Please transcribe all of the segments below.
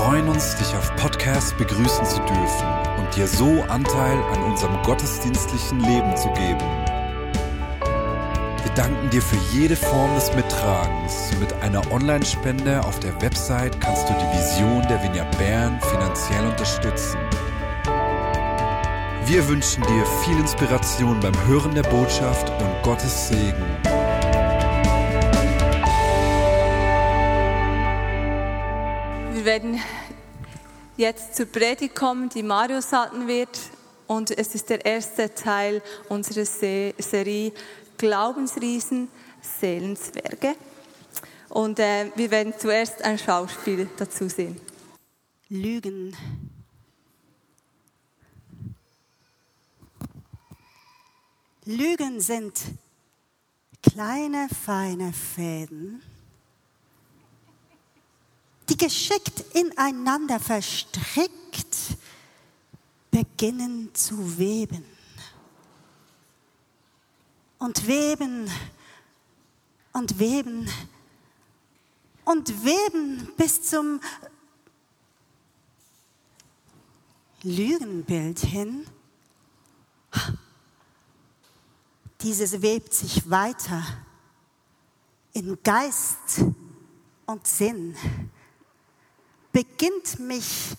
freuen uns, dich auf Podcast begrüßen zu dürfen und dir so Anteil an unserem gottesdienstlichen Leben zu geben. Wir danken dir für jede Form des Mittragens. Mit einer Online-Spende auf der Website kannst du die Vision der Vineyard Bern finanziell unterstützen. Wir wünschen dir viel Inspiration beim Hören der Botschaft und Gottes Segen. Wir werden jetzt zur Predigt kommen, die Marius halten wird. Und es ist der erste Teil unserer Serie Glaubensriesen, Seelenzwerge. Und wir werden zuerst ein Schauspiel dazu sehen. Lügen. Lügen sind kleine, feine Fäden, die geschickt ineinander verstrickt beginnen zu weben. Und weben und weben und weben bis zum Lügenbild hin. Dieses webt sich weiter in Geist und Sinn, beginnt mich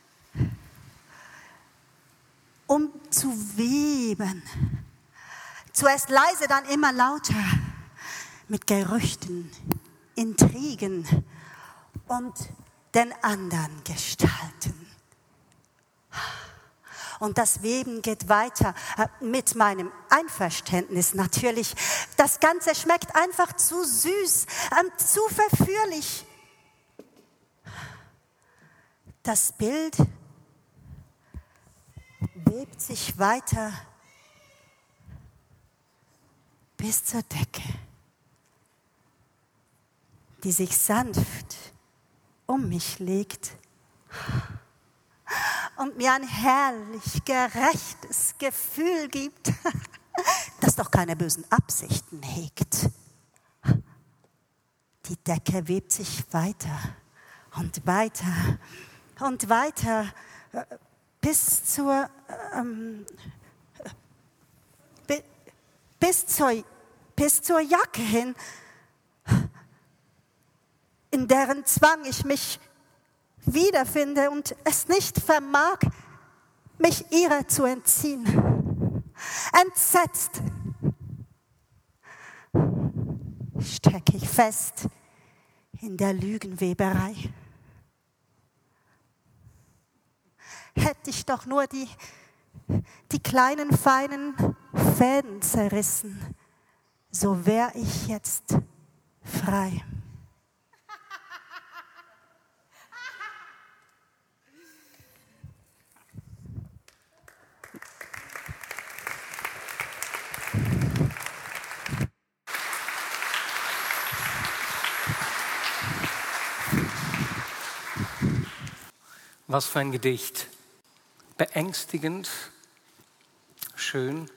umzuweben. Zuerst leise, dann immer lauter, mit Gerüchten, Intrigen und den anderen Gestalten. Und das Weben geht weiter mit meinem Einverständnis natürlich. Das Ganze schmeckt einfach zu süß, zu verführlich. Das Bild webt sich weiter bis zur Decke, die sich sanft um mich legt und mir ein herrlich gerechtes Gefühl gibt, das doch keine bösen Absichten hegt. Die Decke webt sich weiter und weiter und weiter bis zur Jacke hin, in deren Zwang ich mich wiederfinde und es nicht vermag, mich ihrer zu entziehen. Entsetzt stecke ich fest in der Lügenweberei. Hätte ich doch nur die kleinen, feinen Fäden zerrissen, so wär ich jetzt frei. Was für ein Gedicht. Beängstigend, schön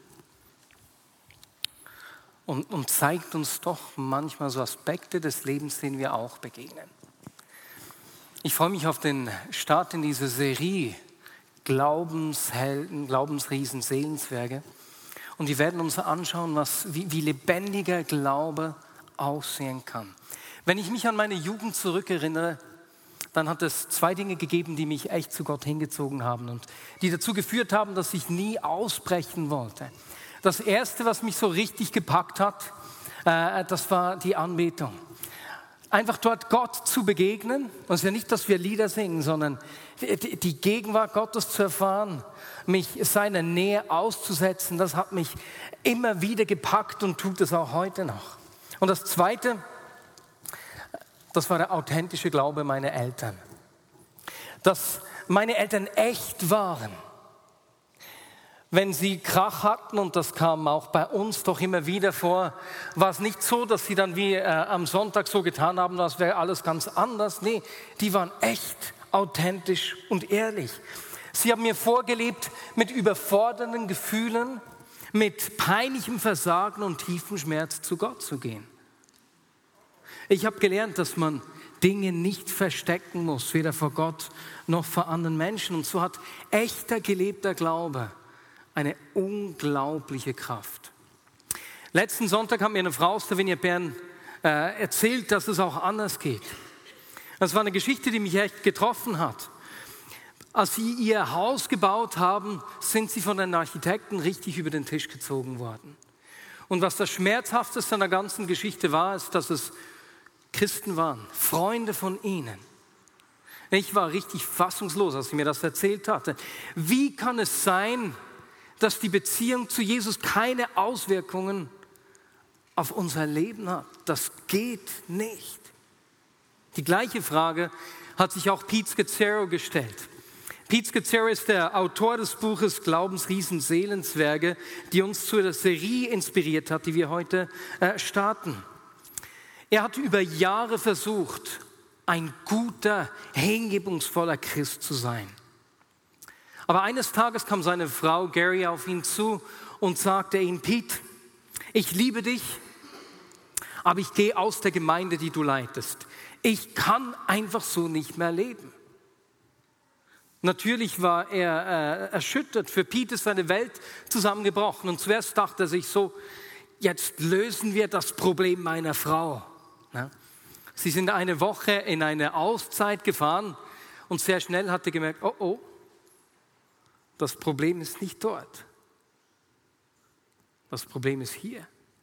und zeigt uns doch manchmal so Aspekte des Lebens, denen wir auch begegnen. Ich freue mich auf den Start in diese Serie Glaubenshelden, Glaubensriesen, Seelenzwerge. Und wir werden uns anschauen, wie lebendiger Glaube aussehen kann. Wenn ich mich an meine Jugend zurückerinnere, dann hat es 2 Dinge gegeben, die mich echt zu Gott hingezogen haben und die dazu geführt haben, dass ich nie ausbrechen wollte. Das Erste, was mich so richtig gepackt hat, das war die Anbetung. Einfach dort Gott zu begegnen. Und es ist ja nicht, dass wir Lieder singen, sondern die Gegenwart Gottes zu erfahren, mich seiner Nähe auszusetzen, das hat mich immer wieder gepackt und tut es auch heute noch. Und das Zweite, das war der authentische Glaube meiner Eltern. Dass meine Eltern echt waren. Wenn sie Krach hatten, und das kam auch bei uns doch immer wieder vor, war es nicht so, dass sie dann wie am Sonntag so getan haben, das wäre alles ganz anders. Nee, die waren echt, authentisch und ehrlich. Sie haben mir vorgelebt, mit überfordernden Gefühlen, mit peinlichem Versagen und tiefem Schmerz zu Gott zu gehen. Ich habe gelernt, dass man Dinge nicht verstecken muss, weder vor Gott noch vor anderen Menschen. Und so hat echter, gelebter Glaube eine unglaubliche Kraft. Letzten Sonntag hat mir eine Frau aus der Vineyard Bern erzählt, dass es auch anders geht. Das war eine Geschichte, die mich echt getroffen hat. Als sie ihr Haus gebaut haben, sind sie von den Architekten richtig über den Tisch gezogen worden. Und was das Schmerzhafteste an der ganzen Geschichte war, ist, dass es Christen waren, Freunde von ihnen. Ich war richtig fassungslos, als sie mir das erzählt hatte. Wie kann es sein, dass die Beziehung zu Jesus keine Auswirkungen auf unser Leben hat? Das geht nicht. Die gleiche Frage hat sich auch Pete Scazzero gestellt. Pete Scazzero ist der Autor des Buches Glaubensriesen Seelenzwerge, die uns zu der Serie inspiriert hat, die wir heute starten. Er hat über Jahre versucht, ein guter, hingebungsvoller Christ zu sein. Aber eines Tages kam seine Frau Gary auf ihn zu und sagte ihm: Pete, ich liebe dich, aber ich gehe aus der Gemeinde, die du leitest. Ich kann einfach so nicht mehr leben. Natürlich war er erschüttert. Für Pete ist seine Welt zusammengebrochen. Und zuerst dachte er sich so: Jetzt lösen wir das Problem meiner Frau. Ja. Sie sind eine Woche in eine Auszeit gefahren und sehr schnell hat er gemerkt: Oh, das Problem ist nicht dort. Das Problem ist hier.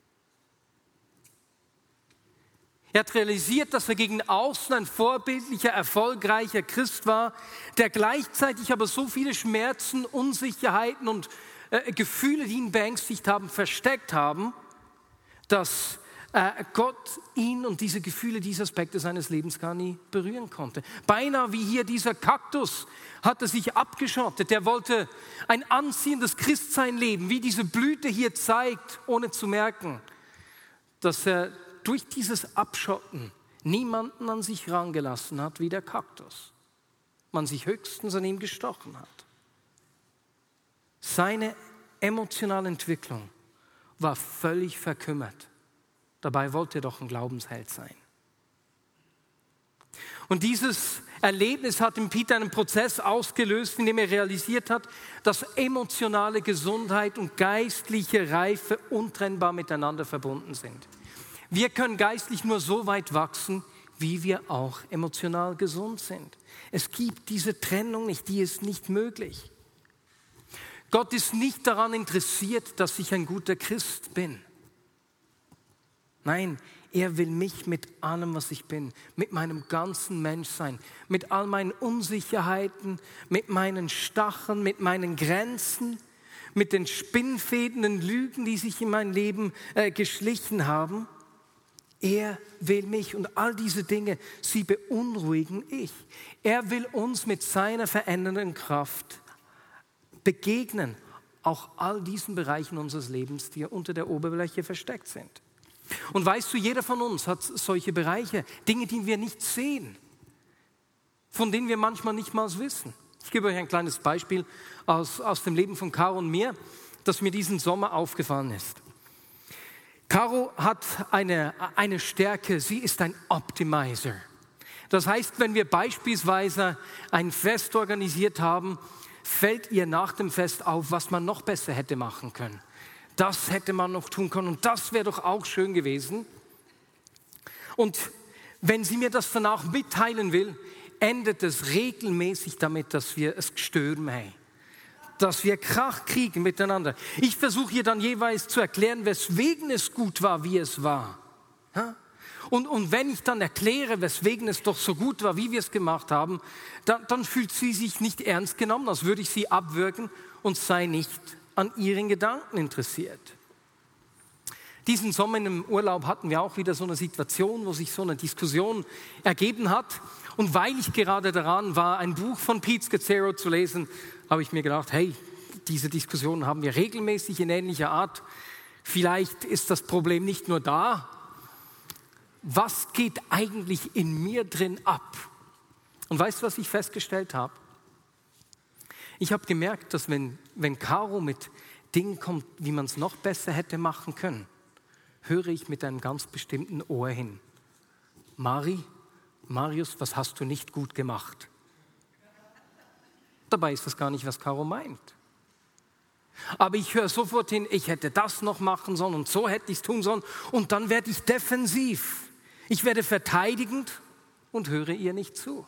Er hat realisiert, dass er gegen außen ein vorbildlicher, erfolgreicher Christ war, der gleichzeitig aber so viele Schmerzen, Unsicherheiten und Gefühle, die ihn beängstigt haben, versteckt haben, dass Gott ihn und diese Gefühle, diese Aspekte seines Lebens gar nie berühren konnte. Beinahe wie hier dieser Kaktus hat er sich abgeschottet. Er wollte ein anziehendes Christsein leben, wie diese Blüte hier zeigt, ohne zu merken, dass er durch dieses Abschotten niemanden an sich rangelassen hat wie der Kaktus. Man sich höchstens an ihm gestochen hat. Seine emotionale Entwicklung war völlig verkümmert. Dabei wollte er doch ein Glaubensheld sein. Und dieses Erlebnis hat in Peter einen Prozess ausgelöst, in dem er realisiert hat, dass emotionale Gesundheit und geistliche Reife untrennbar miteinander verbunden sind. Wir können geistlich nur so weit wachsen, wie wir auch emotional gesund sind. Es gibt diese Trennung nicht, die ist nicht möglich. Gott ist nicht daran interessiert, dass ich ein guter Christ bin. Nein, er will mich mit allem, was ich bin, mit meinem ganzen Menschsein, mit all meinen Unsicherheiten, mit meinen Stacheln, mit meinen Grenzen, mit den spinnfädenden Lügen, die sich in mein Leben geschlichen haben. Er will mich und all diese Dinge, sie beunruhigen ich. Er will uns mit seiner verändernden Kraft begegnen, auch all diesen Bereichen unseres Lebens, die unter der Oberfläche versteckt sind. Und weißt du, jeder von uns hat solche Bereiche, Dinge, die wir nicht sehen, von denen wir manchmal nicht mal wissen. Ich gebe euch ein kleines Beispiel aus dem Leben von Caro und mir, das mir diesen Sommer aufgefallen ist. Caro hat eine Stärke, sie ist ein Optimizer. Das heißt, wenn wir beispielsweise ein Fest organisiert haben, fällt ihr nach dem Fest auf, was man noch besser hätte machen können. Das hätte man noch tun können und das wäre doch auch schön gewesen. Und wenn sie mir das danach mitteilen will, endet es regelmäßig damit, dass wir es stürmen haben. Dass wir Krach kriegen miteinander. Ich versuche ihr dann jeweils zu erklären, weswegen es gut war, wie es war. Und wenn ich dann erkläre, weswegen es doch so gut war, wie wir es gemacht haben, dann fühlt sie sich nicht ernst genommen, als würde ich sie abwürgen und sei nicht an ihren Gedanken interessiert. Diesen Sommer im Urlaub hatten wir auch wieder so eine Situation, wo sich so eine Diskussion ergeben hat. Und weil ich gerade daran war, ein Buch von Pete Scazzero zu lesen, habe ich mir gedacht, hey, diese Diskussionen haben wir regelmäßig in ähnlicher Art. Vielleicht ist das Problem nicht nur da. Was geht eigentlich in mir drin ab? Und weißt du, was ich festgestellt habe? Ich habe gemerkt, dass wenn Caro mit Dingen kommt, wie man es noch besser hätte machen können, höre ich mit einem ganz bestimmten Ohr hin. Mari, Marius, was hast du nicht gut gemacht? Dabei ist das gar nicht, was Caro meint. Aber ich höre sofort hin, ich hätte das noch machen sollen und so hätte ich es tun sollen. Und dann werde ich defensiv. Ich werde verteidigend und höre ihr nicht zu.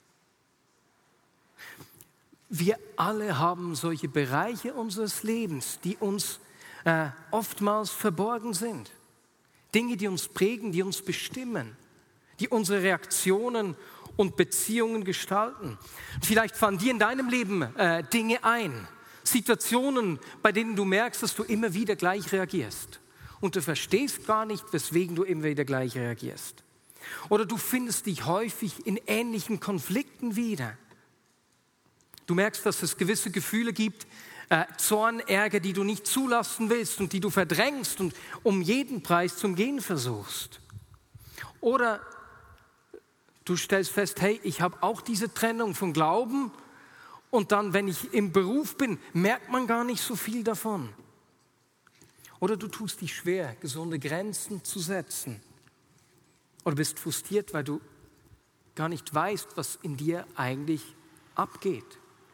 Wir alle haben solche Bereiche unseres Lebens, die uns oftmals verborgen sind. Dinge, die uns prägen, die uns bestimmen, die unsere Reaktionen und Beziehungen gestalten. Vielleicht fallen dir in deinem Leben Dinge ein, Situationen, bei denen du merkst, dass du immer wieder gleich reagierst. Und du verstehst gar nicht, weswegen du immer wieder gleich reagierst. Oder du findest dich häufig in ähnlichen Konflikten wieder. Du merkst, dass es gewisse Gefühle gibt, Zorn, Ärger, die du nicht zulassen willst und die du verdrängst und um jeden Preis zum Gehen versuchst. Oder du stellst fest, hey, ich habe auch diese Trennung von Glauben und dann, wenn ich im Beruf bin, merkt man gar nicht so viel davon. Oder du tust dich schwer, gesunde Grenzen zu setzen. Oder bist frustriert, weil du gar nicht weißt, was in dir eigentlich abgeht.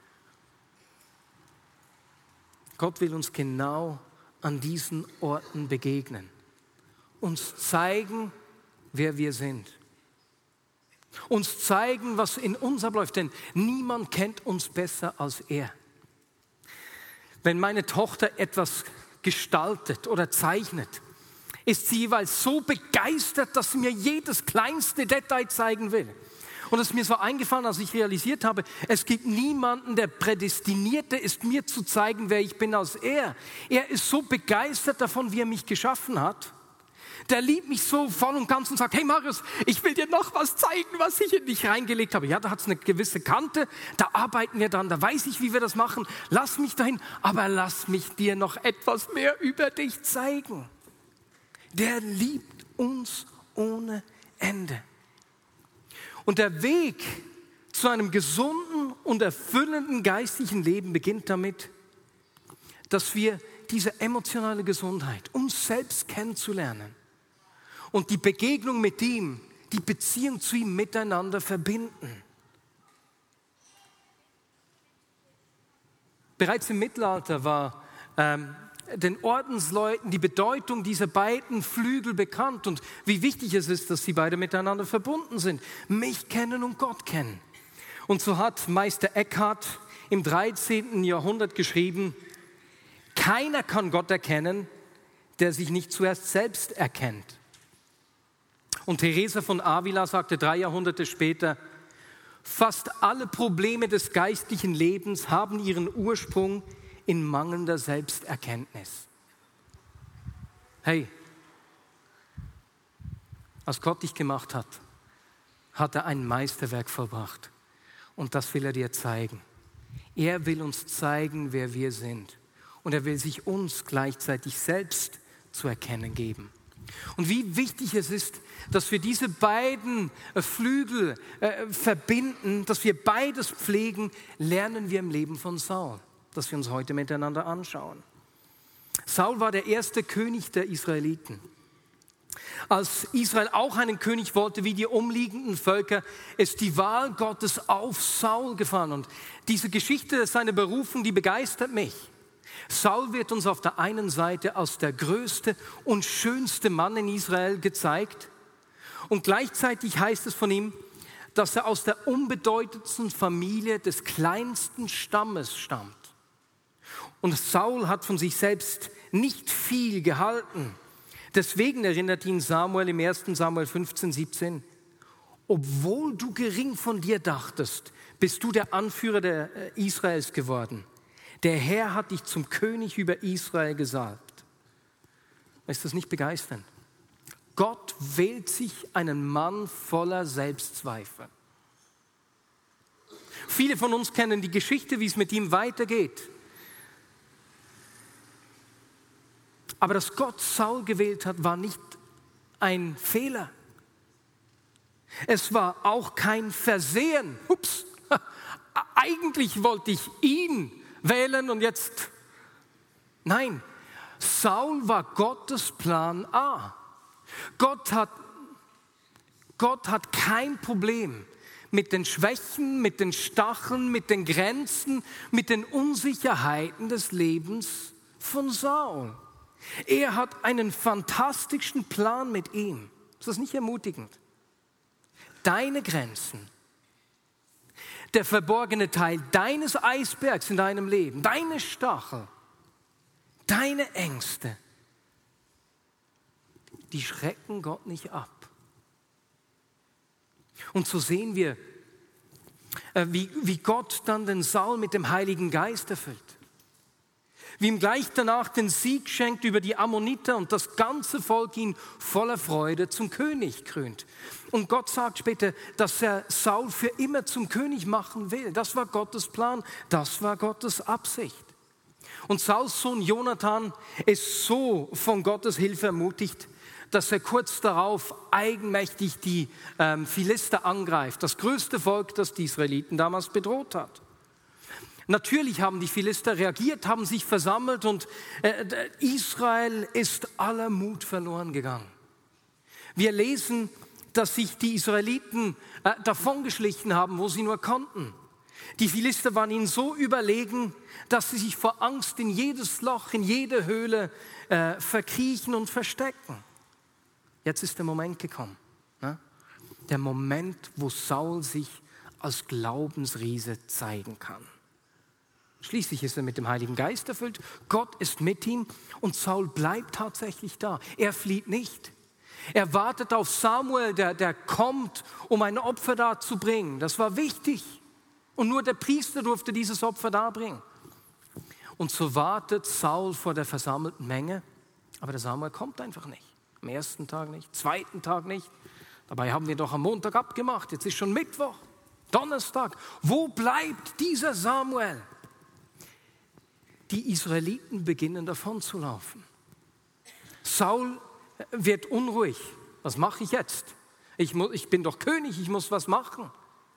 Gott will uns genau an diesen Orten begegnen, uns zeigen, wer wir sind, uns zeigen, was in uns abläuft, denn niemand kennt uns besser als er. Wenn meine Tochter etwas gestaltet oder zeichnet, ist sie jeweils so begeistert, dass sie mir jedes kleinste Detail zeigen will. Und es ist mir so eingefallen, als ich realisiert habe, es gibt niemanden, der prädestiniert ist, mir zu zeigen, wer ich bin, als er. Er ist so begeistert davon, wie er mich geschaffen hat. Der liebt mich so voll und ganz und sagt, hey Marius, ich will dir noch was zeigen, was ich in dich reingelegt habe. Ja, da hat es eine gewisse Kante, da arbeiten wir dran, da weiß ich, wie wir das machen. Lass mich dahin, aber lass mich dir noch etwas mehr über dich zeigen. Der liebt uns ohne Ende. Und der Weg zu einem gesunden und erfüllenden geistlichen Leben beginnt damit, dass wir diese emotionale Gesundheit, uns selbst kennenzulernen und die Begegnung mit ihm, die Beziehung zu ihm miteinander verbinden. Bereits im Mittelalter war den Ordensleuten die Bedeutung dieser beiden Flügel bekannt und wie wichtig es ist, dass sie beide miteinander verbunden sind. Mich kennen und Gott kennen. Und so hat Meister Eckhart im 13. Jahrhundert geschrieben, keiner kann Gott erkennen, der sich nicht zuerst selbst erkennt. Und Teresa von Avila sagte 3 Jahrhunderte später, fast alle Probleme des geistlichen Lebens haben ihren Ursprung in mangelnder Selbsterkenntnis. Hey, als Gott dich gemacht hat, hat er ein Meisterwerk vollbracht. Und das will er dir zeigen. Er will uns zeigen, wer wir sind. Und er will sich uns gleichzeitig selbst zu erkennen geben. Und wie wichtig es ist, dass wir diese beiden Flügel verbinden, dass wir beides pflegen, lernen wir im Leben von Saul, das wir uns heute miteinander anschauen. Saul war der erste König der Israeliten. Als Israel auch einen König wollte wie die umliegenden Völker, ist die Wahl Gottes auf Saul gefallen. Und diese Geschichte seiner Berufung, die begeistert mich. Saul wird uns auf der einen Seite als der größte und schönste Mann in Israel gezeigt. Und gleichzeitig heißt es von ihm, dass er aus der unbedeutendsten Familie des kleinsten Stammes stammt. Und Saul hat von sich selbst nicht viel gehalten. Deswegen erinnert ihn Samuel im 1. Samuel 15, 17. Obwohl du gering von dir dachtest, bist du der Anführer der Israels geworden. Der Herr hat dich zum König über Israel gesalbt. Ist das nicht begeisternd? Gott wählt sich einen Mann voller Selbstzweifel. Viele von uns kennen die Geschichte, wie es mit ihm weitergeht. Aber dass Gott Saul gewählt hat, war nicht ein Fehler. Es war auch kein Versehen. Ups, eigentlich wollte ich ihn wählen und jetzt... Nein, Saul war Gottes Plan A. Gott hat Gott hat kein Problem mit den Schwächen, mit den Stacheln, mit den Grenzen, mit den Unsicherheiten des Lebens von Saul. Er hat einen fantastischen Plan mit ihm. Ist das nicht ermutigend? Deine Grenzen, der verborgene Teil deines Eisbergs in deinem Leben, deine Stachel, deine Ängste, die schrecken Gott nicht ab. Und so sehen wir, wie Gott dann den Saul mit dem Heiligen Geist erfüllt. Wie ihm gleich danach den Sieg schenkt über die Ammoniter und das ganze Volk ihn voller Freude zum König krönt. Und Gott sagt später, dass er Saul für immer zum König machen will. Das war Gottes Plan, das war Gottes Absicht. Und Sauls Sohn Jonathan ist so von Gottes Hilfe ermutigt, dass er kurz darauf eigenmächtig die Philister angreift. Das größte Volk, das die Israeliten damals bedroht hat. Natürlich haben die Philister reagiert, haben sich versammelt und Israel ist aller Mut verloren gegangen. Wir lesen, dass sich die Israeliten davongeschlichen haben, wo sie nur konnten. Die Philister waren ihnen so überlegen, dass sie sich vor Angst in jedes Loch, in jede Höhle verkriechen und verstecken. Jetzt ist der Moment gekommen. Ne? Der Moment, wo Saul sich als Glaubensriese zeigen kann. Schließlich ist er mit dem Heiligen Geist erfüllt. Gott ist mit ihm und Saul bleibt tatsächlich da. Er flieht nicht. Er wartet auf Samuel, der kommt, um ein Opfer darzubringen. Das war wichtig. Und nur der Priester durfte dieses Opfer darbringen. Und so wartet Saul vor der versammelten Menge. Aber der Samuel kommt einfach nicht. Am ersten Tag nicht, zweiten Tag nicht. Dabei haben wir doch am Montag abgemacht. Jetzt ist schon Mittwoch, Donnerstag. Wo bleibt dieser Samuel? Die Israeliten beginnen davon zu laufen. Saul wird unruhig. Was mache ich jetzt? Ich bin doch König, ich muss was machen.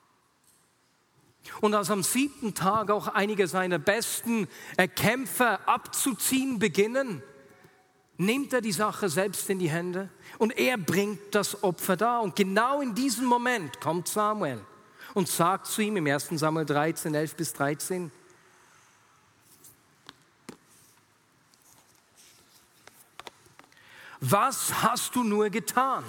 Und als am 7. Tag auch einige seiner besten Kämpfer abzuziehen beginnen, nimmt er die Sache selbst in die Hände und er bringt das Opfer dar. Und genau in diesem Moment kommt Samuel und sagt zu ihm im 1. Samuel 13, 11 bis 13, was hast du nur getan?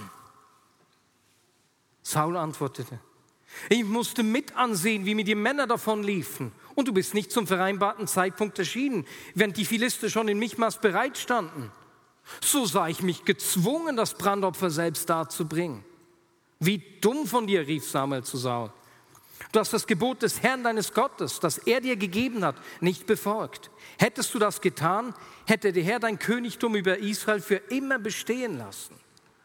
Saul antwortete, ich musste mit ansehen, wie mir die Männer davonliefen. Und du bist nicht zum vereinbarten Zeitpunkt erschienen, während die Philister schon in Michmas bereitstanden. So sah ich mich gezwungen, das Brandopfer selbst darzubringen. Wie dumm von dir, rief Samuel zu Saul. Du hast das Gebot des Herrn deines Gottes, das er dir gegeben hat, nicht befolgt. Hättest du das getan, hätte der Herr dein Königtum über Israel für immer bestehen lassen.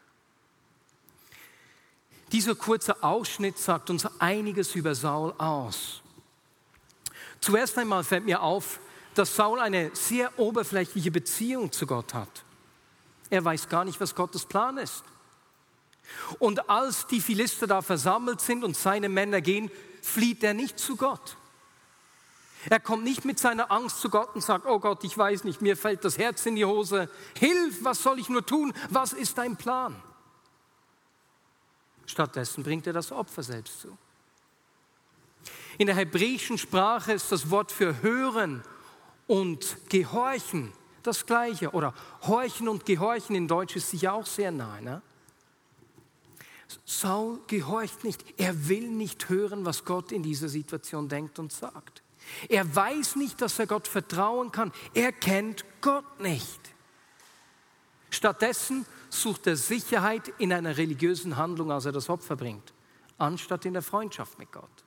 Dieser kurze Ausschnitt sagt uns einiges über Saul aus. Zuerst einmal fällt mir auf, dass Saul eine sehr oberflächliche Beziehung zu Gott hat. Er weiß gar nicht, was Gottes Plan ist. Und als die Philister da versammelt sind und seine Männer gehen, flieht er nicht zu Gott. Er kommt nicht mit seiner Angst zu Gott und sagt, oh Gott, ich weiß nicht, mir fällt das Herz in die Hose. Hilf, was soll ich nur tun? Was ist dein Plan? Stattdessen bringt er das Opfer selbst zu. In der hebräischen Sprache ist das Wort für hören und gehorchen das Gleiche. Oder horchen und gehorchen in Deutsch ist sicher auch sehr nahe. Ne? Saul gehorcht nicht. Er will nicht hören, was Gott in dieser Situation denkt und sagt. Er weiß nicht, dass er Gott vertrauen kann. Er kennt Gott nicht. Stattdessen sucht er Sicherheit in einer religiösen Handlung, als er das Opfer bringt, anstatt in der Freundschaft mit Gott.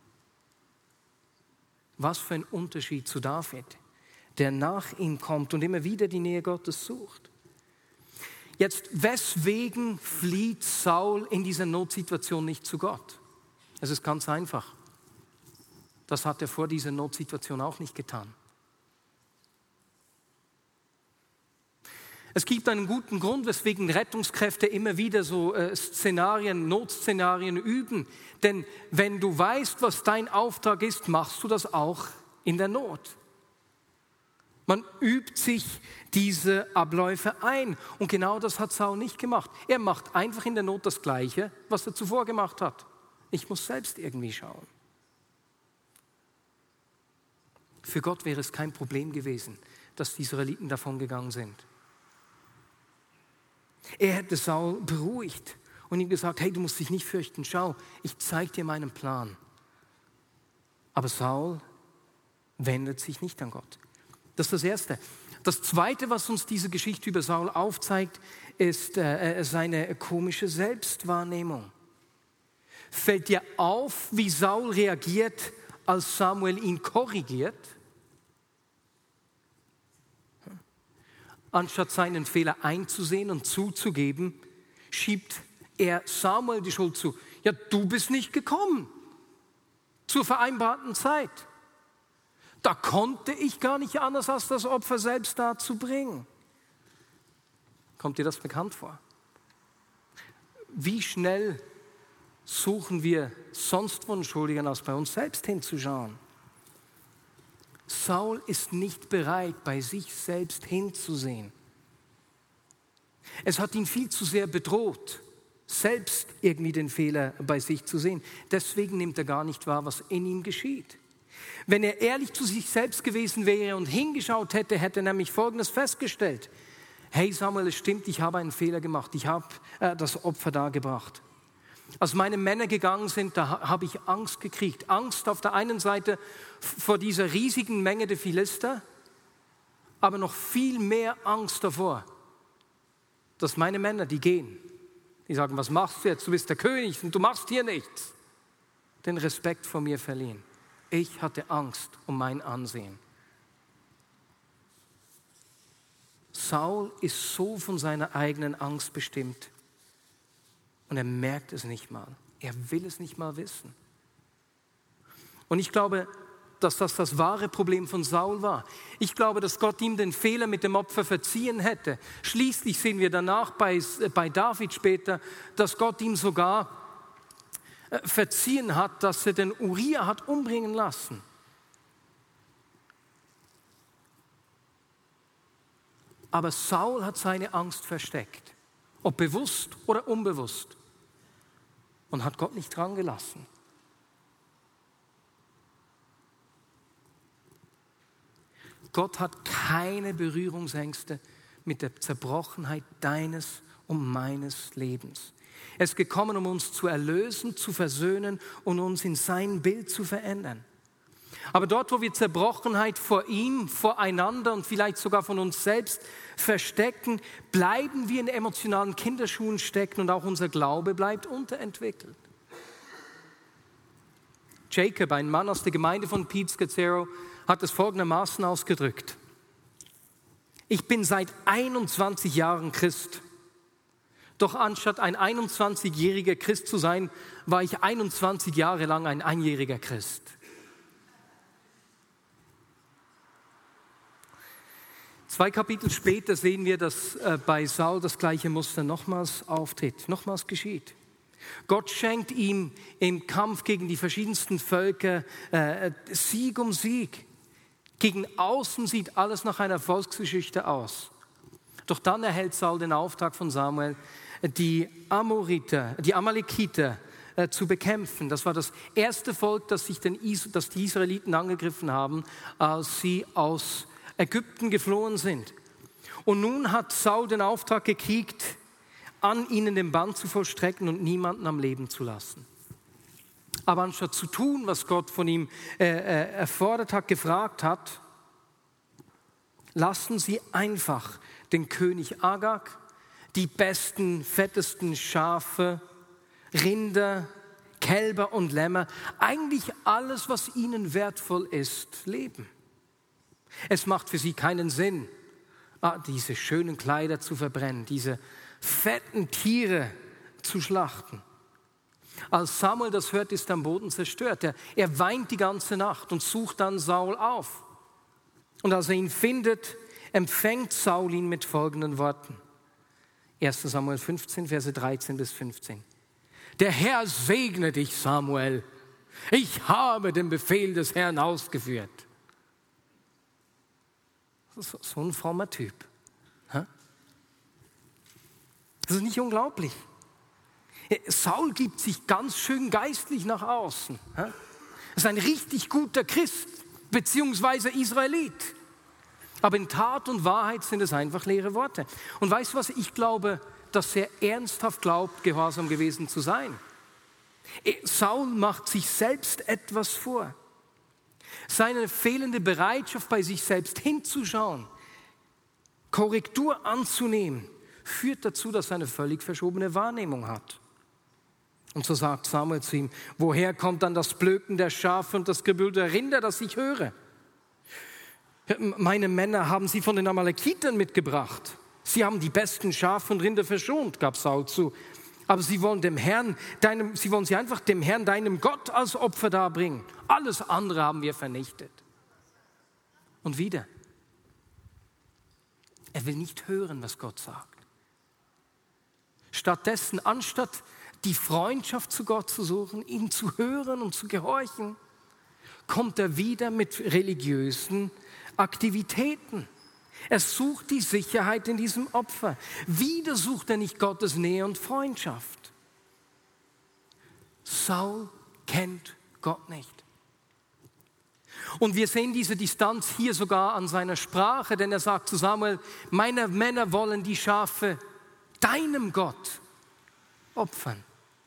Was für ein Unterschied zu David, der nach ihm kommt und immer wieder die Nähe Gottes sucht. Jetzt, weswegen flieht Saul in dieser Notsituation nicht zu Gott? Es ist ganz einfach. Das hat er vor dieser Notsituation auch nicht getan. Es gibt einen guten Grund, weswegen Rettungskräfte immer wieder so Notszenarien üben. Denn wenn du weißt, was dein Auftrag ist, machst du das auch in der Not. Man übt sich diese Abläufe ein. Und genau das hat Saul nicht gemacht. Er macht einfach in der Not das Gleiche, was er zuvor gemacht hat. Ich muss selbst irgendwie schauen. Für Gott wäre es kein Problem gewesen, dass die Israeliten davongegangen sind. Er hätte Saul beruhigt und ihm gesagt, hey, du musst dich nicht fürchten, schau, ich zeige dir meinen Plan. Aber Saul wendet sich nicht an Gott. Das ist das Erste. Das Zweite, was uns diese Geschichte über Saul aufzeigt, ist seine komische Selbstwahrnehmung. Fällt dir auf, wie Saul reagiert, als Samuel ihn korrigiert? Anstatt seinen Fehler einzusehen und zuzugeben, schiebt er Samuel die Schuld zu. Ja, du bist nicht gekommen zur vereinbarten Zeit. Da konnte ich gar nicht anders, als das Opfer selbst darzubringen. Kommt dir das bekannt vor? Wie schnell suchen wir sonst von Schuldigen, als bei uns selbst hinzuschauen? Saul ist nicht bereit, bei sich selbst hinzusehen. Es hat ihn viel zu sehr bedroht, selbst irgendwie den Fehler bei sich zu sehen. Deswegen nimmt er gar nicht wahr, was in ihm geschieht. Wenn er ehrlich zu sich selbst gewesen wäre und hingeschaut hätte, hätte er nämlich Folgendes festgestellt. Hey Samuel, es stimmt, ich habe einen Fehler gemacht. Ich habe das Opfer dargebracht. Als meine Männer gegangen sind, da habe ich Angst gekriegt. Angst auf der einen Seite vor dieser riesigen Menge der Philister, aber noch viel mehr Angst davor, dass meine Männer, die gehen, die sagen, was machst du jetzt? Du bist der König und du machst hier nichts. Den Respekt vor mir verlieren. Ich hatte Angst um mein Ansehen. Saul ist so von seiner eigenen Angst bestimmt und er merkt es nicht mal. Er will es nicht mal wissen. Und ich glaube, dass das wahre Problem von Saul war. Ich glaube, dass Gott ihm den Fehler mit dem Opfer verziehen hätte. Schließlich sehen wir danach bei David später, dass Gott ihm sogar verziehen hat, dass er den Uriah hat umbringen lassen. Aber Saul hat seine Angst versteckt, ob bewusst oder unbewusst, und hat Gott nicht dran gelassen. Gott hat keine Berührungsängste mit der Zerbrochenheit deines und meines Lebens. Er ist gekommen, um uns zu erlösen, zu versöhnen und uns in sein Bild zu verändern. Aber dort, wo wir Zerbrochenheit vor ihm, voreinander und vielleicht sogar von uns selbst verstecken, bleiben wir in emotionalen Kinderschuhen stecken und auch unser Glaube bleibt unterentwickelt. Jacob, ein Mann aus der Gemeinde von Pete Scazzero, hat es folgendermaßen ausgedrückt. Ich bin seit 21 Jahren Christ. Doch anstatt ein 21-jähriger Christ zu sein, war ich 21 Jahre lang ein einjähriger Christ. Zwei Kapitel später sehen wir, dass bei Saul das gleiche Muster nochmals auftritt, nochmals geschieht. Gott schenkt ihm im Kampf gegen die verschiedensten Völker Sieg um Sieg. Gegen außen sieht alles nach einer Erfolgsgeschichte aus. Doch dann erhält Saul den Auftrag von Samuel, die Amalekiter zu bekämpfen. Das war das erste Volk, das die Israeliten angegriffen haben, als sie aus Ägypten geflohen sind. Und nun hat Saul den Auftrag gekriegt, an ihnen den Bann zu vollstrecken und niemanden am Leben zu lassen. Aber anstatt zu tun, was Gott von ihm erfordert hat, gefragt hat, lassen sie einfach den König Agag, die besten, fettesten Schafe, Rinder, Kälber und Lämmer, eigentlich alles, was ihnen wertvoll ist, leben. Es macht für sie keinen Sinn, diese schönen Kleider zu verbrennen, diese fetten Tiere zu schlachten. Als Samuel das hört, ist er am Boden zerstört. Er weint die ganze Nacht und sucht dann Saul auf. Und als er ihn findet, empfängt Saul ihn mit folgenden Worten. 1. Samuel 15, Verse 13 bis 15. Der Herr segne dich, Samuel. Ich habe den Befehl des Herrn ausgeführt. So ein frommer Typ. Das ist nicht unglaublich. Saul gibt sich ganz schön geistlich nach außen. Er ist ein richtig guter Christ, beziehungsweise Israelit. Aber in Tat und Wahrheit sind es einfach leere Worte. Und weißt du was, ich glaube, dass er ernsthaft glaubt, gehorsam gewesen zu sein. Saul macht sich selbst etwas vor. Seine fehlende Bereitschaft, bei sich selbst hinzuschauen, Korrektur anzunehmen, führt dazu, dass er eine völlig verschobene Wahrnehmung hat. Und so sagt Samuel zu ihm: Woher kommt dann das Blöken der Schafe und das Gebrüll der Rinder, das ich höre? Meine Männer haben sie von den Amalekitern mitgebracht. Sie haben die besten Schafe und Rinder verschont, gab Saul zu. Aber sie wollen sie einfach dem Herrn, deinem Gott, als Opfer darbringen. Alles andere haben wir vernichtet. Und wieder, er will nicht hören, was Gott sagt. Stattdessen, anstatt die Freundschaft zu Gott zu suchen, ihn zu hören und zu gehorchen, kommt er wieder mit religiösen Aktivitäten. Er sucht die Sicherheit in diesem Opfer. Wieder sucht er nicht Gottes Nähe und Freundschaft. Saul kennt Gott nicht. Und wir sehen diese Distanz hier sogar an seiner Sprache, denn er sagt zu Samuel: Meine Männer wollen die Schafe deinem Gott opfern.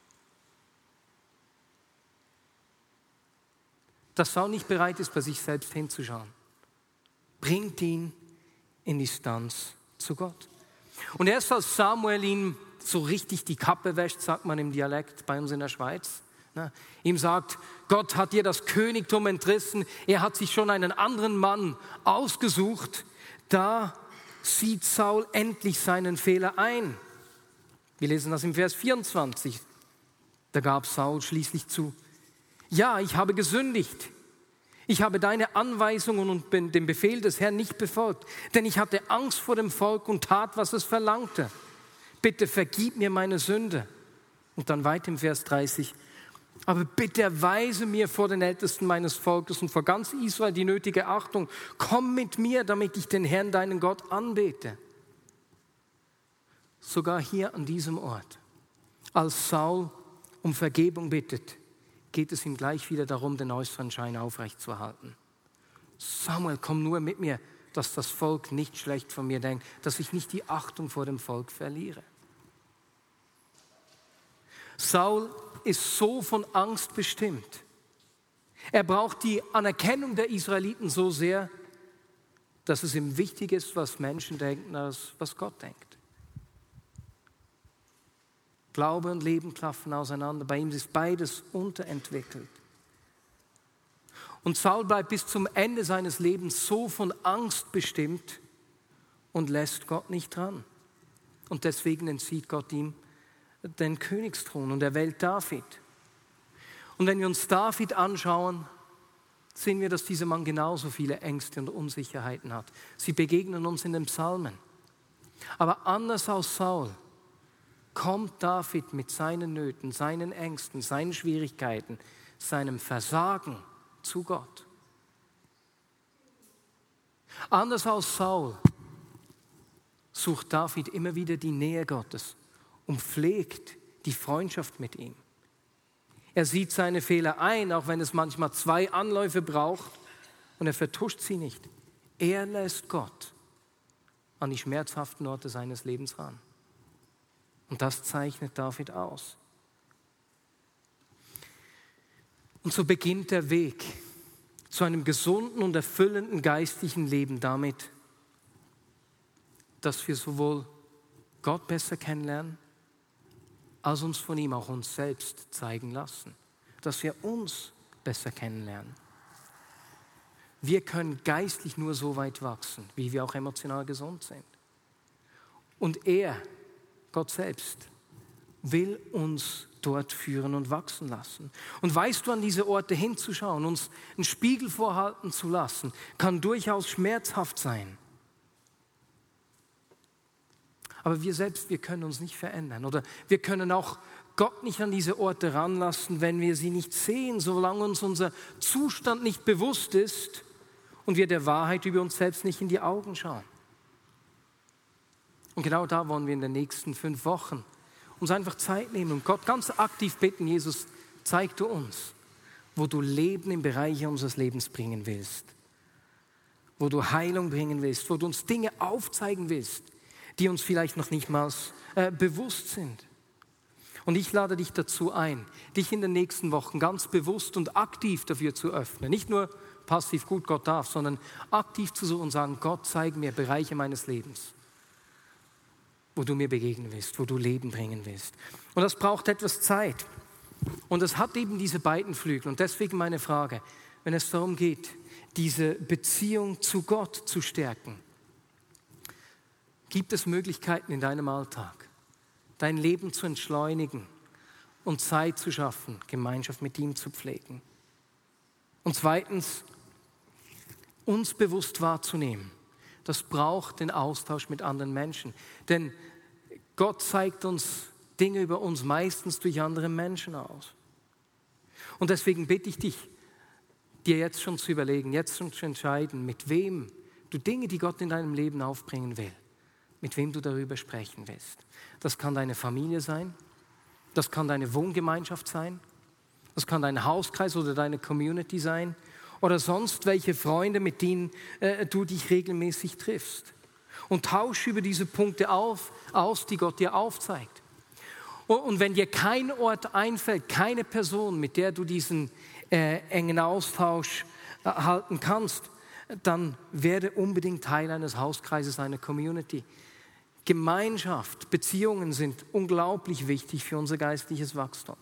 Dass Saul nicht bereit ist, bei sich selbst hinzuschauen, bringt ihn in Distanz zu Gott. Und erst als Samuel ihm so richtig die Kappe wäscht, sagt man im Dialekt bei uns in der Schweiz, ihm sagt: Gott hat dir das Königtum entrissen, er hat sich schon einen anderen Mann ausgesucht, da sieht Saul endlich seinen Fehler ein. Wir lesen das im Vers 24. Da gab Saul schließlich zu: Ja, ich habe gesündigt. Ich habe deine Anweisungen und den Befehl des Herrn nicht befolgt, denn ich hatte Angst vor dem Volk und tat, was es verlangte. Bitte vergib mir meine Sünde. Und dann weiter im Vers 30. Aber bitte erweise mir vor den Ältesten meines Volkes und vor ganz Israel die nötige Achtung. Komm mit mir, damit ich den Herrn, deinen Gott, anbete. Sogar hier an diesem Ort, als Saul um Vergebung bittet, geht es ihm gleich wieder darum, den äußeren Schein aufrechtzuerhalten. Samuel, komm nur mit mir, dass das Volk nicht schlecht von mir denkt, dass ich nicht die Achtung vor dem Volk verliere. Saul ist so von Angst bestimmt. Er braucht die Anerkennung der Israeliten so sehr, dass es ihm wichtig ist, was Menschen denken, als was Gott denkt. Glaube und Leben klaffen auseinander. Bei ihm ist beides unterentwickelt. Und Saul bleibt bis zum Ende seines Lebens so von Angst bestimmt und lässt Gott nicht dran. Und deswegen entzieht Gott ihm den Königsthron und er wählt David. Und wenn wir uns David anschauen, sehen wir, dass dieser Mann genauso viele Ängste und Unsicherheiten hat. Sie begegnen uns in den Psalmen. Aber anders als Saul kommt David mit seinen Nöten, seinen Ängsten, seinen Schwierigkeiten, seinem Versagen zu Gott. Anders als Saul sucht David immer wieder die Nähe Gottes und pflegt die Freundschaft mit ihm. Er sieht seine Fehler ein, auch wenn es manchmal 2 Anläufe braucht, und er vertuscht sie nicht. Er lässt Gott an die schmerzhaften Orte seines Lebens ran. Und das zeichnet David aus. Und so beginnt der Weg zu einem gesunden und erfüllenden geistlichen Leben damit, dass wir sowohl Gott besser kennenlernen, als uns von ihm auch uns selbst zeigen lassen. Dass wir uns besser kennenlernen. Wir können geistlich nur so weit wachsen, wie wir auch emotional gesund sind. Und er, Gott selbst, will uns dort führen und wachsen lassen. Und weißt du, an diese Orte hinzuschauen, uns einen Spiegel vorhalten zu lassen, kann durchaus schmerzhaft sein. Aber wir selbst, wir können uns nicht verändern. Oder wir können auch Gott nicht an diese Orte ranlassen, wenn wir sie nicht sehen, solange uns unser Zustand nicht bewusst ist und wir der Wahrheit über uns selbst nicht in die Augen schauen. Und genau da wollen wir in den nächsten 5 Wochen uns einfach Zeit nehmen und Gott ganz aktiv bitten, Jesus, zeig du uns, wo du Leben im Bereich unseres Lebens bringen willst, wo du Heilung bringen willst, wo du uns Dinge aufzeigen willst, die uns vielleicht noch nicht mal bewusst sind. Und ich lade dich dazu ein, dich in den nächsten Wochen ganz bewusst und aktiv dafür zu öffnen. Nicht nur passiv gut, Gott darf, sondern aktiv zu suchen und sagen, Gott, zeig mir Bereiche meines Lebens, wo du mir begegnen willst, wo du Leben bringen willst. Und das braucht etwas Zeit. Und es hat eben diese beiden Flügel. Und deswegen meine Frage, wenn es darum geht, diese Beziehung zu Gott zu stärken, gibt es Möglichkeiten in deinem Alltag, dein Leben zu entschleunigen und Zeit zu schaffen, Gemeinschaft mit ihm zu pflegen? Und zweitens, uns bewusst wahrzunehmen. Das braucht den Austausch mit anderen Menschen. Denn Gott zeigt uns Dinge über uns meistens durch andere Menschen aus. Und deswegen bitte ich dich, dir jetzt schon zu überlegen, jetzt schon zu entscheiden, mit wem du Dinge, die Gott in deinem Leben aufbringen will, mit wem du darüber sprechen willst. Das kann deine Familie sein, das kann deine Wohngemeinschaft sein, das kann dein Hauskreis oder deine Community sein oder sonst welche Freunde, mit denen du dich regelmäßig triffst. Und tausch über diese Punkte aus, die Gott dir aufzeigt. Und wenn dir kein Ort einfällt, keine Person, mit der du diesen engen Austausch halten kannst, dann werde unbedingt Teil eines Hauskreises, einer Community. Gemeinschaft, Beziehungen sind unglaublich wichtig für unser geistliches Wachstum.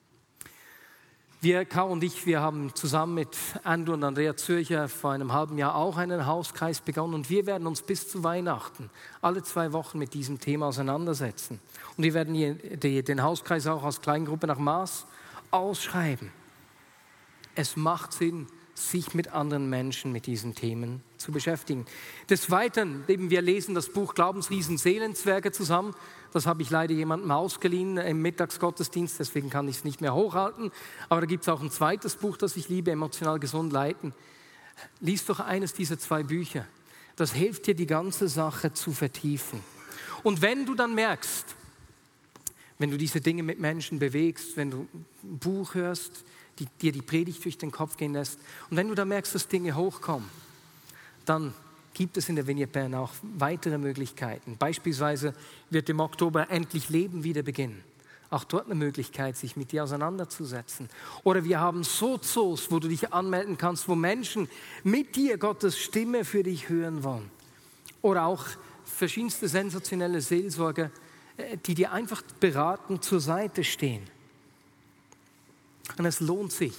Caro und ich, wir haben zusammen mit Andrew und Andrea Zürcher vor einem halben Jahr auch einen Hauskreis begonnen und wir werden uns bis zu Weihnachten alle 2 Wochen mit diesem Thema auseinandersetzen. Und wir werden den Hauskreis auch als Kleingruppe nach Maß ausschreiben. Es macht Sinn, sich mit anderen Menschen mit diesen Themen zu beschäftigen. Des Weiteren, wir lesen das Buch Glaubensriesen Seelenzwerge zusammen. Das habe ich leider jemandem ausgeliehen im Mittagsgottesdienst, deswegen kann ich es nicht mehr hochhalten. Aber da gibt es auch ein zweites Buch, das ich liebe, Emotional gesund leiten. Lies doch eines dieser 2 Bücher. Das hilft dir, die ganze Sache zu vertiefen. Und wenn du dann merkst, wenn du diese Dinge mit Menschen bewegst, wenn du ein Buch hörst, dir die Predigt durch den Kopf gehen lässt, und wenn du dann merkst, dass Dinge hochkommen, dann gibt es in der Vineyard Bern auch weitere Möglichkeiten. Beispielsweise wird im Oktober Endlich Leben wieder beginnen. Auch dort eine Möglichkeit, sich mit dir auseinanderzusetzen. Oder wir haben Sozos, wo du dich anmelden kannst, wo Menschen mit dir Gottes Stimme für dich hören wollen. Oder auch verschiedenste sensationelle Seelsorger, die dir einfach beratend zur Seite stehen. Und es lohnt sich,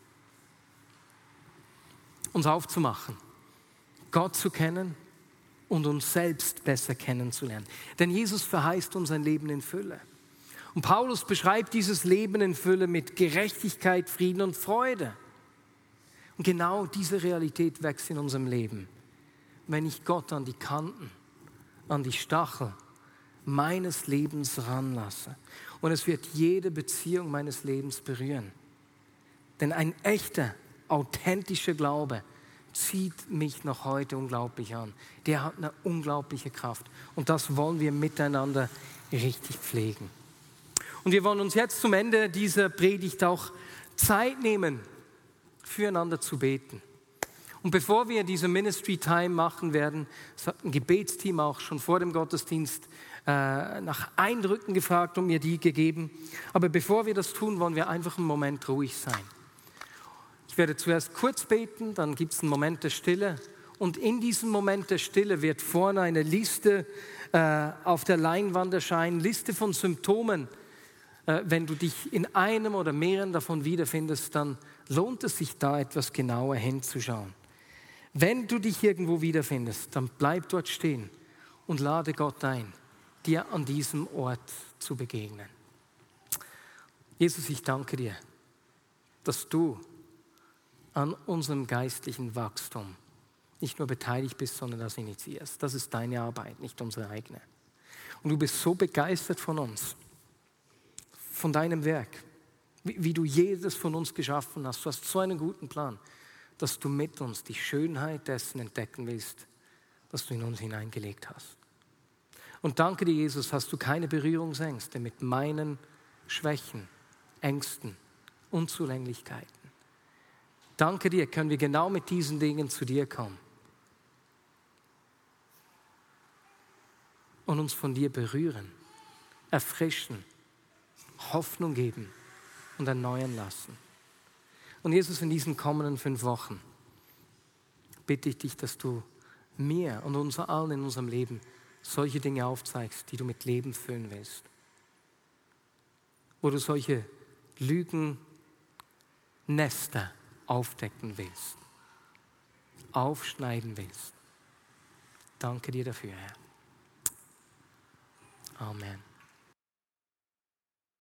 uns aufzumachen, Gott zu kennen und uns selbst besser kennenzulernen. Denn Jesus verheißt uns ein Leben in Fülle. Und Paulus beschreibt dieses Leben in Fülle mit Gerechtigkeit, Frieden und Freude. Und genau diese Realität wächst in unserem Leben, wenn ich Gott an die Kanten, an die Stachel meines Lebens ranlasse. Und es wird jede Beziehung meines Lebens berühren. Denn ein echter, authentischer Glaube zieht mich noch heute unglaublich an. Der hat eine unglaubliche Kraft. Und das wollen wir miteinander richtig pflegen. Und wir wollen uns jetzt zum Ende dieser Predigt auch Zeit nehmen, füreinander zu beten. Und bevor wir diese Ministry Time machen werden, das hat ein Gebetsteam auch schon vor dem Gottesdienst nach Eindrücken gefragt und mir die gegeben. Aber bevor wir das tun, wollen wir einfach einen Moment ruhig sein. Ich werde zuerst kurz beten, dann gibt es einen Moment der Stille. Und in diesem Moment der Stille wird vorne eine Liste auf der Leinwand erscheinen, Liste von Symptomen. Wenn du dich in einem oder mehreren davon wiederfindest, dann lohnt es sich da etwas genauer hinzuschauen. Wenn du dich irgendwo wiederfindest, dann bleib dort stehen und lade Gott ein, dir an diesem Ort zu begegnen. Jesus, ich danke dir, dass du an unserem geistlichen Wachstum nicht nur beteiligt bist, sondern das initiierst. Das ist deine Arbeit, nicht unsere eigene. Und du bist so begeistert von uns, von deinem Werk, wie du jedes von uns geschaffen hast. Du hast so einen guten Plan, dass du mit uns die Schönheit dessen entdecken willst, was du in uns hineingelegt hast. Und danke dir, Jesus, hast du keine Berührungsängste mit meinen Schwächen, Ängsten, Unzulänglichkeiten. Danke dir, können wir genau mit diesen Dingen zu dir kommen und uns von dir berühren, erfrischen, Hoffnung geben und erneuern lassen. Und Jesus, in diesen kommenden 5 Wochen bitte ich dich, dass du mir und uns allen in unserem Leben solche Dinge aufzeigst, die du mit Leben füllen willst. Wo du solche Lügennester aufdecken willst, aufschneiden willst. Danke dir dafür, Herr. Amen.